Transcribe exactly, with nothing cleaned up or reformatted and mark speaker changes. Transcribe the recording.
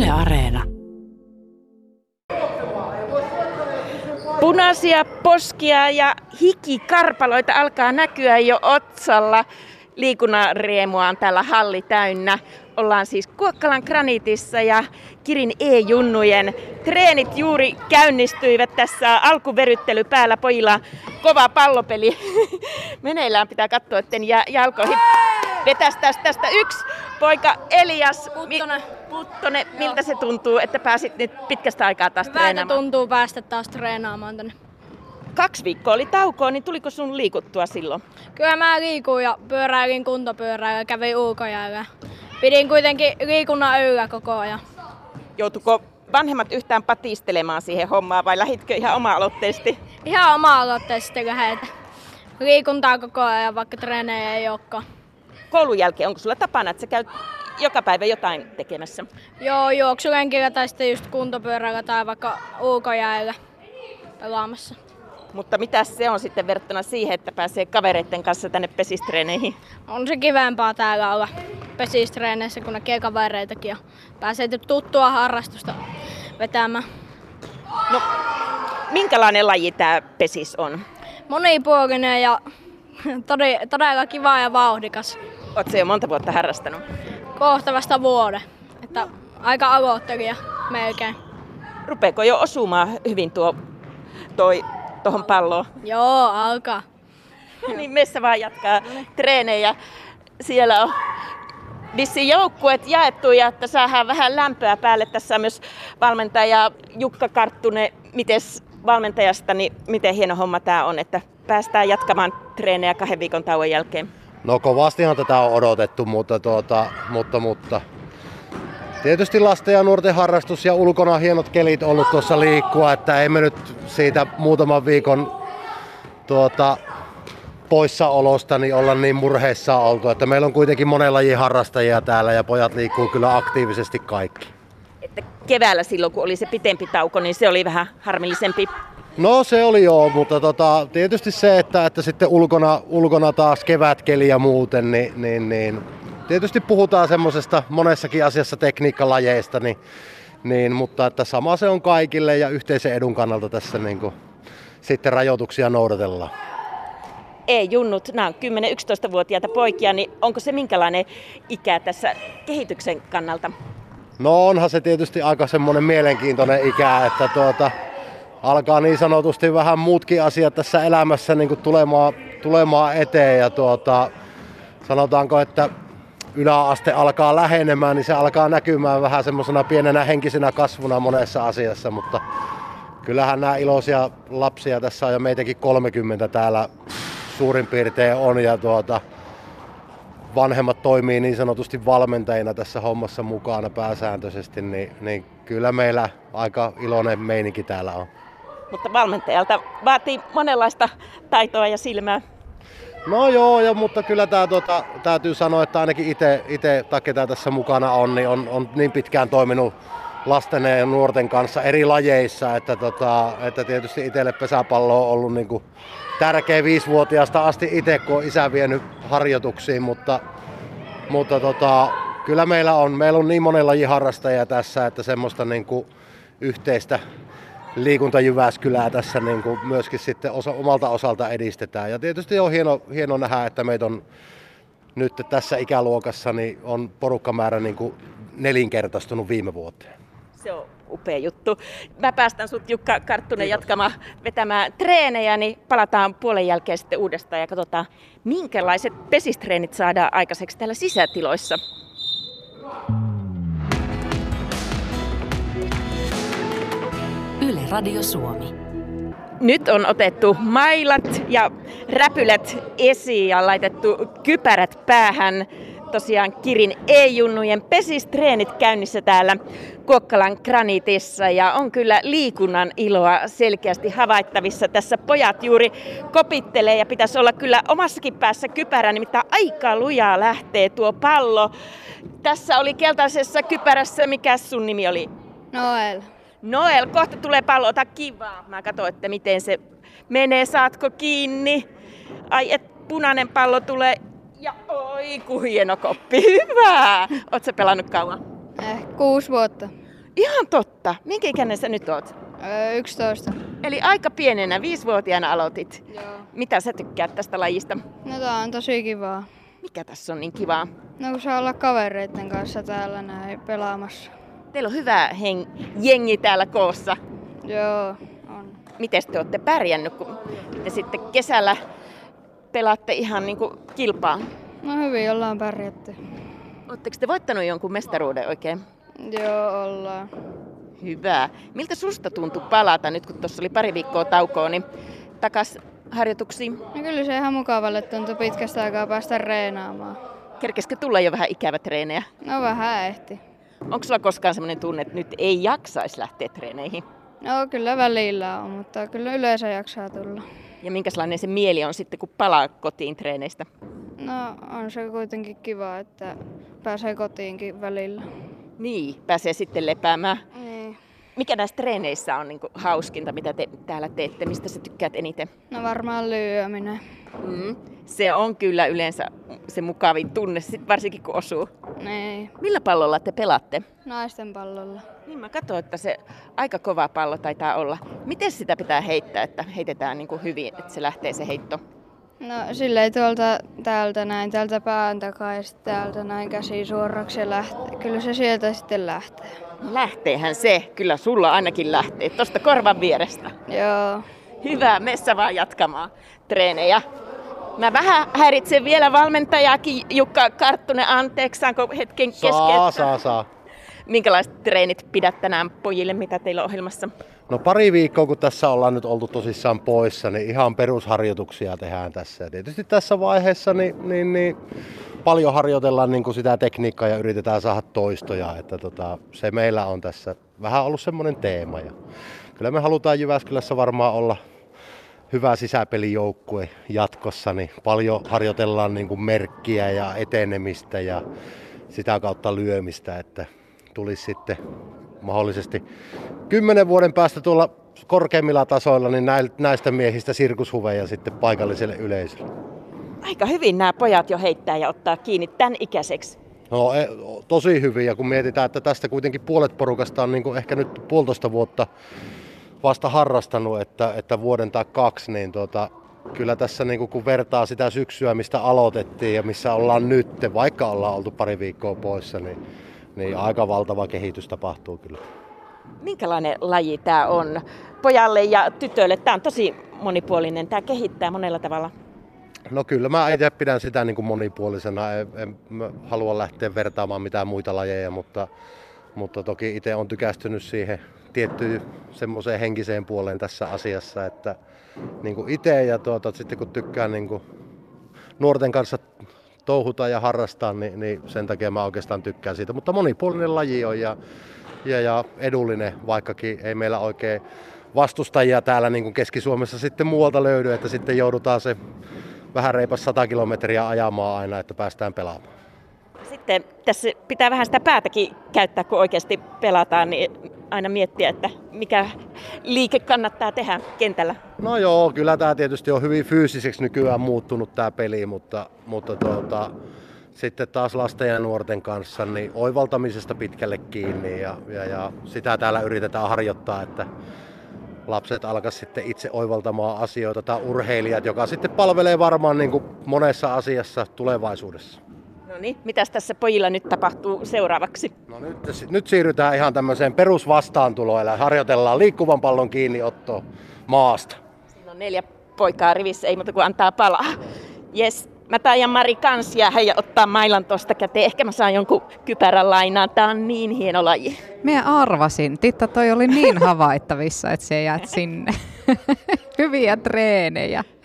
Speaker 1: Yle Areena.
Speaker 2: Punaisia poskia ja hikikarpaloita alkaa näkyä jo otsalla. Liikunnan riemua on täällä halli täynnä. Ollaan siis Kuokkalan Graniitissa ja Kirin E-junnujen treenit juuri käynnistyivät. Tässä alkuveryttely päällä, pojilla kova pallopeli. Meneillään pitää katsoa, etten jää jalkoihin. Vetästäs tästä yksi poika Elias
Speaker 3: Puttonen.
Speaker 2: Puttonen. Miltä se tuntuu, että pääsit nyt pitkästä aikaa taas
Speaker 3: Hyvältä
Speaker 2: treenaamaan?
Speaker 3: tuntuu päästä taas treenaamaan tänne.
Speaker 2: Kaksi viikkoa oli taukoa, niin tuliko sun liikuttua silloin?
Speaker 3: Kyllä mä liikuin ja pyöräilin kuntopyörää ja kävin ulkojäällä. Pidin kuitenkin liikunnan yllä koko ajan.
Speaker 2: Joutuiko vanhemmat yhtään patistelemaan siihen hommaan vai lähditkö ihan oma-aloitteisesti?
Speaker 3: Ihan oma-aloitteisesti lähdetään. Liikuntaa koko ajan, vaikka treenejä ei olekaan.
Speaker 2: Koulun jälkeen onko sulla tapana, että sä käyt joka päivä jotain tekemässä?
Speaker 3: Joo, juoksulenkillä tai sitten just kuntopyörällä tai vaikka ulkojäällä pelaamassa.
Speaker 2: Mutta mitä se on sitten verrattuna siihen, että pääsee kavereiden kanssa tänne pesistreeneihin?
Speaker 3: On se kivempaa täällä olla pesistreeneissä, kun näkee kavereitakin ja pääsee tuttua harrastusta vetämään.
Speaker 2: No, minkälainen laji tää pesis on?
Speaker 3: Monipuolinen ja todella kiva ja vauhdikas.
Speaker 2: Ootko jo monta vuotta harrastanut?
Speaker 3: Kohta vasta vuoden, että aika aloittelija melkein.
Speaker 2: Rupeeko jo osumaan hyvin tuo toi tohon palloon?
Speaker 3: Joo, alkaa.
Speaker 2: Niin meissä vaan jatkaa treenejä. Siellä on vissiin joukkueet jaettu ja että saadaan vähän lämpöä päälle. Tässä on myös valmentaja Jukka Karttunen. Mites valmentajasta, niin miten hieno homma tää on, että päästään jatkamaan treenejä kahden viikon tauon jälkeen?
Speaker 4: No kovastihan tätä on odotettu, mutta, tuota, mutta, mutta tietysti lasten ja nuorten harrastus ja ulkona hienot kelit ollut tuossa liikkua, että ei me nyt siitä muutaman viikon tuota, poissaolosta niin olla niin murheissa oltu, että meillä on kuitenkin monen lajin harrastajia täällä ja pojat liikkuu kyllä aktiivisesti kaikki.
Speaker 2: Että keväällä silloin, kun oli se pitempi tauko, niin se oli vähän harmillisempi.
Speaker 4: No se oli joo, mutta tota, tietysti se, että, että sitten ulkona, ulkona taas kevätkeli ja muuten, niin, niin, niin tietysti puhutaan semmoisesta monessakin asiassa tekniikkalajeista, niin, niin, mutta että sama se on kaikille ja yhteisen edun kannalta tässä niin kuin, sitten rajoituksia noudatellaan.
Speaker 2: E-junnut, nämä on kymmenen-yksitoistavuotiaita poikia, niin onko se minkälainen ikä tässä kehityksen kannalta?
Speaker 4: No onhan se tietysti aika semmoinen mielenkiintoinen ikä, että tuota, alkaa niin sanotusti vähän muutkin asiat tässä elämässä niin kuin tulemaan, tulemaan eteen ja tuota, sanotaanko, että yläaste alkaa lähenemään, niin se alkaa näkymään vähän semmoisena pienenä henkisenä kasvuna monessa asiassa, mutta kyllähän nämä iloisia lapsia tässä on ja meitäkin kolmekymmentä täällä suurin piirtein on ja tuota, vanhemmat toimii niin sanotusti valmentajina tässä hommassa mukana pääsääntöisesti, niin, niin kyllä meillä aika iloinen meininki täällä on.
Speaker 2: Mutta valmentajalta vaatii monenlaista taitoa ja silmää.
Speaker 4: No joo, ja, mutta kyllä tää, tota, täytyy sanoa, että ainakin itse, tai ketä tässä mukana on, niin on, on niin pitkään toiminut lasten ja nuorten kanssa eri lajeissa, että, tota, että tietysti itselle pesäpallo on ollut niin kuin tärkeä viisivuotiaasta asti itse, kun on isä vienyt harjoituksiin, mutta, mutta tota, kyllä meillä on, meillä on niin monen lajin harrastajia tässä, että semmoista niin kuin yhteistä liikuntajyväskylää tässä niin kuin myöskin sitten osa, omalta osalta edistetään. Ja tietysti on hieno, hieno nähdä, että meitä on nyt tässä ikäluokassa niin on porukkamäärä niin kuin nelinkertaistunut viime vuoteen.
Speaker 2: Se on upea juttu. Mä päästän sut Jukka Karttunen Kiitos. Jatkamaan vetämään treenejä, niin palataan puolen jälkeen sitten uudestaan ja katsotaan, minkälaiset pesistreenit saadaan aikaiseksi täällä sisätiloissa.
Speaker 1: Yle Radio Suomi.
Speaker 2: Nyt on otettu mailat ja räpylät esiin ja laitettu kypärät päähän. Tosiaan Kirin E-junnujen pesistreenit käynnissä täällä Kuokkalan Graniitissa ja on kyllä liikunnan iloa selkeästi havaittavissa. Tässä pojat juuri kopittelee ja pitäisi olla kyllä omassakin päässä kypärä, nimittäin aika lujaa lähtee tuo pallo. Tässä oli keltaisessa kypärässä, mikä sun nimi oli?
Speaker 3: Noel.
Speaker 2: Noel, kohta tulee pallo, ota kivaa. Mä katson, että miten se menee, saatko kiinni. Ai et punainen pallo tulee. Ja oi, ku hieno koppi. Hyvä! Oot sä pelannut kauan?
Speaker 3: Eh, kuusi vuotta.
Speaker 2: Ihan totta. Minkä ikäinen sä nyt oot?
Speaker 3: Öö, yksitoista.
Speaker 2: Eli aika pienenä, viisivuotiaana aloitit.
Speaker 3: Joo.
Speaker 2: Mitä sä tykkäät tästä lajista?
Speaker 3: No tää on tosi kivaa.
Speaker 2: Mikä tässä on niin kivaa?
Speaker 3: No kun saa olla kavereiden kanssa täällä näin pelaamassa.
Speaker 2: Teillä on hyvä heng- jengi täällä koossa.
Speaker 3: Joo, on.
Speaker 2: Miten te olette pärjännyt, kun te sitten kesällä pelaatte ihan niin kuin kilpaa?
Speaker 3: No hyvin ollaan pärjätty.
Speaker 2: Oletteko te voittanut jonkun mestaruuden oikein?
Speaker 3: Joo, ollaan.
Speaker 2: Hyvä. Miltä susta tuntui palata nyt, kun tuossa oli pari viikkoa taukoa, niin takas harjoituksiin?
Speaker 3: No kyllä se ihan mukavalle tuntui pitkästä aikaa päästä reenaamaan.
Speaker 2: Kerkeskö tulla jo vähän ikävä treenejä?
Speaker 3: No vähän ehti.
Speaker 2: Onko sulla koskaan sellainen tunne, että nyt ei jaksaisi lähteä treeneihin?
Speaker 3: No kyllä välillä on, mutta kyllä yleensä jaksaa tulla.
Speaker 2: Ja minkälainen se mieli on sitten, kun palaa kotiin treeneistä?
Speaker 3: No on se kuitenkin kiva, että pääsee kotiinkin välillä.
Speaker 2: Niin, pääsee sitten lepäämään.
Speaker 3: Niin.
Speaker 2: Mikä näissä treeneissä on niin kuin hauskinta, mitä te täällä teette? Mistä sä tykkäät eniten?
Speaker 3: No varmaan lyöminen.
Speaker 2: Mm. Se on kyllä yleensä se mukavin tunne, sit varsinkin kun osuu.
Speaker 3: Niin.
Speaker 2: Millä pallolla te pelaatte?
Speaker 3: Naisten pallolla.
Speaker 2: Niin mä katson, että se aika kova pallo taitaa olla. Miten sitä pitää heittää, että heitetään niin kuin hyvin, että se lähtee se heitto?
Speaker 3: No silleen tuolta täältä näin, täältä pään takaa ja sitten täältä näin käsi suoraksi ja lähtee. Kyllä se sieltä sitten lähtee.
Speaker 2: Lähteehän se, kyllä sulla ainakin lähtee, tosta korvan vierestä.
Speaker 3: Joo.
Speaker 2: Hyvä, messä vaan jatkamaan treenejä. Mä vähän häiritsen vielä valmentajaakin, Jukka Karttunen, anteeksi, saanko hetken keskeyttää?
Speaker 4: Saa, saa, saa.
Speaker 2: Minkälaiset treenit pidät tänään pojille, mitä teillä on ohjelmassa?
Speaker 4: No pari viikkoa, kun tässä ollaan nyt oltu tosissaan poissa, niin ihan perusharjoituksia tehdään tässä. Ja tietysti tässä vaiheessa niin, niin, niin paljon harjoitellaan niin kuin sitä tekniikkaa ja yritetään saada toistoja. Että tota, se meillä on tässä vähän ollut semmoinen teema. Ja kyllä me halutaan Jyväskylässä varmaan olla hyvä sisäpelijoukkue jatkossa, niin paljon harjoitellaan niin kuin merkkiä ja etenemistä ja sitä kautta lyömistä, että tulisi sitten mahdollisesti kymmenen vuoden päästä tuolla korkeimmilla tasoilla niin näistä miehistä sirkushuveja sitten paikalliselle yleisölle.
Speaker 2: Aika hyvin nämä pojat jo heittää ja ottaa kiinni tämän ikäiseksi.
Speaker 4: No tosi hyvin, ja kun mietitään, että tästä kuitenkin puolet porukasta on niin kuin ehkä nyt puolitoista vuotta vasta harrastanut, että, että vuoden tai kaksi, niin tuota, kyllä tässä niin kuin kun vertaa sitä syksyä, mistä aloitettiin ja missä ollaan nyt, vaikka ollaan oltu pari viikkoa poissa, niin, niin aika valtava kehitys tapahtuu kyllä.
Speaker 2: Minkälainen laji tämä on pojalle ja tytölle? Tämä on tosi monipuolinen, tämä kehittää monella tavalla.
Speaker 4: No kyllä, mä itse pidän sitä niin kuin monipuolisena, en, en halua lähteä vertaamaan mitään muita lajeja, mutta, mutta toki itse on tykästynyt siihen tiettyyn semmoiseen henkiseen puoleen tässä asiassa, että niin kuin itse ja tuota, sitten kun tykkään niin kuin nuorten kanssa touhuta ja harrastaa, niin, niin sen takia mä oikeastaan tykkään siitä, mutta monipuolinen laji on ja, ja, ja edullinen, vaikkakin ei meillä oikein vastustajia täällä niin kuin Keski-Suomessa sitten muualta löydy, että sitten joudutaan se vähän reipas sata kilometriä ajamaan aina, että päästään pelaamaan.
Speaker 2: Sitten tässä pitää vähän sitä päätäkin käyttää, kun oikeasti pelataan, niin aina miettiä, että mikä liike kannattaa tehdä kentällä.
Speaker 4: No joo, kyllä tämä tietysti on hyvin fyysiseksi nykyään muuttunut tämä peli, mutta, mutta tuota, sitten taas lasten ja nuorten kanssa niin oivaltamisesta pitkälle kiinni ja, ja, ja sitä täällä yritetään harjoittaa, että lapset alkaisivat sitten itse oivaltamaan asioita tai urheilijat, joka sitten palvelee varmaan niin kuin monessa asiassa tulevaisuudessa.
Speaker 2: No niin, mitäs tässä pojilla nyt tapahtuu seuraavaksi?
Speaker 4: No nyt, nyt siirrytään ihan tämmöiseen perusvastaantuloon, eli harjoitellaan liikkuvan pallon kiinniottoa maasta.
Speaker 2: Siinä on neljä poikaa rivissä, ei muuta kuin antaa palaa. Jes, mä taian Mari kans jäädä ja ottaa mailan tosta käteen. Ehkä mä saan jonkun kypärän lainaan. Tää on niin hieno laji.
Speaker 1: Minä arvasin. Titta, toi oli niin havaittavissa, että se jäät sinne. Hyviä treenejä.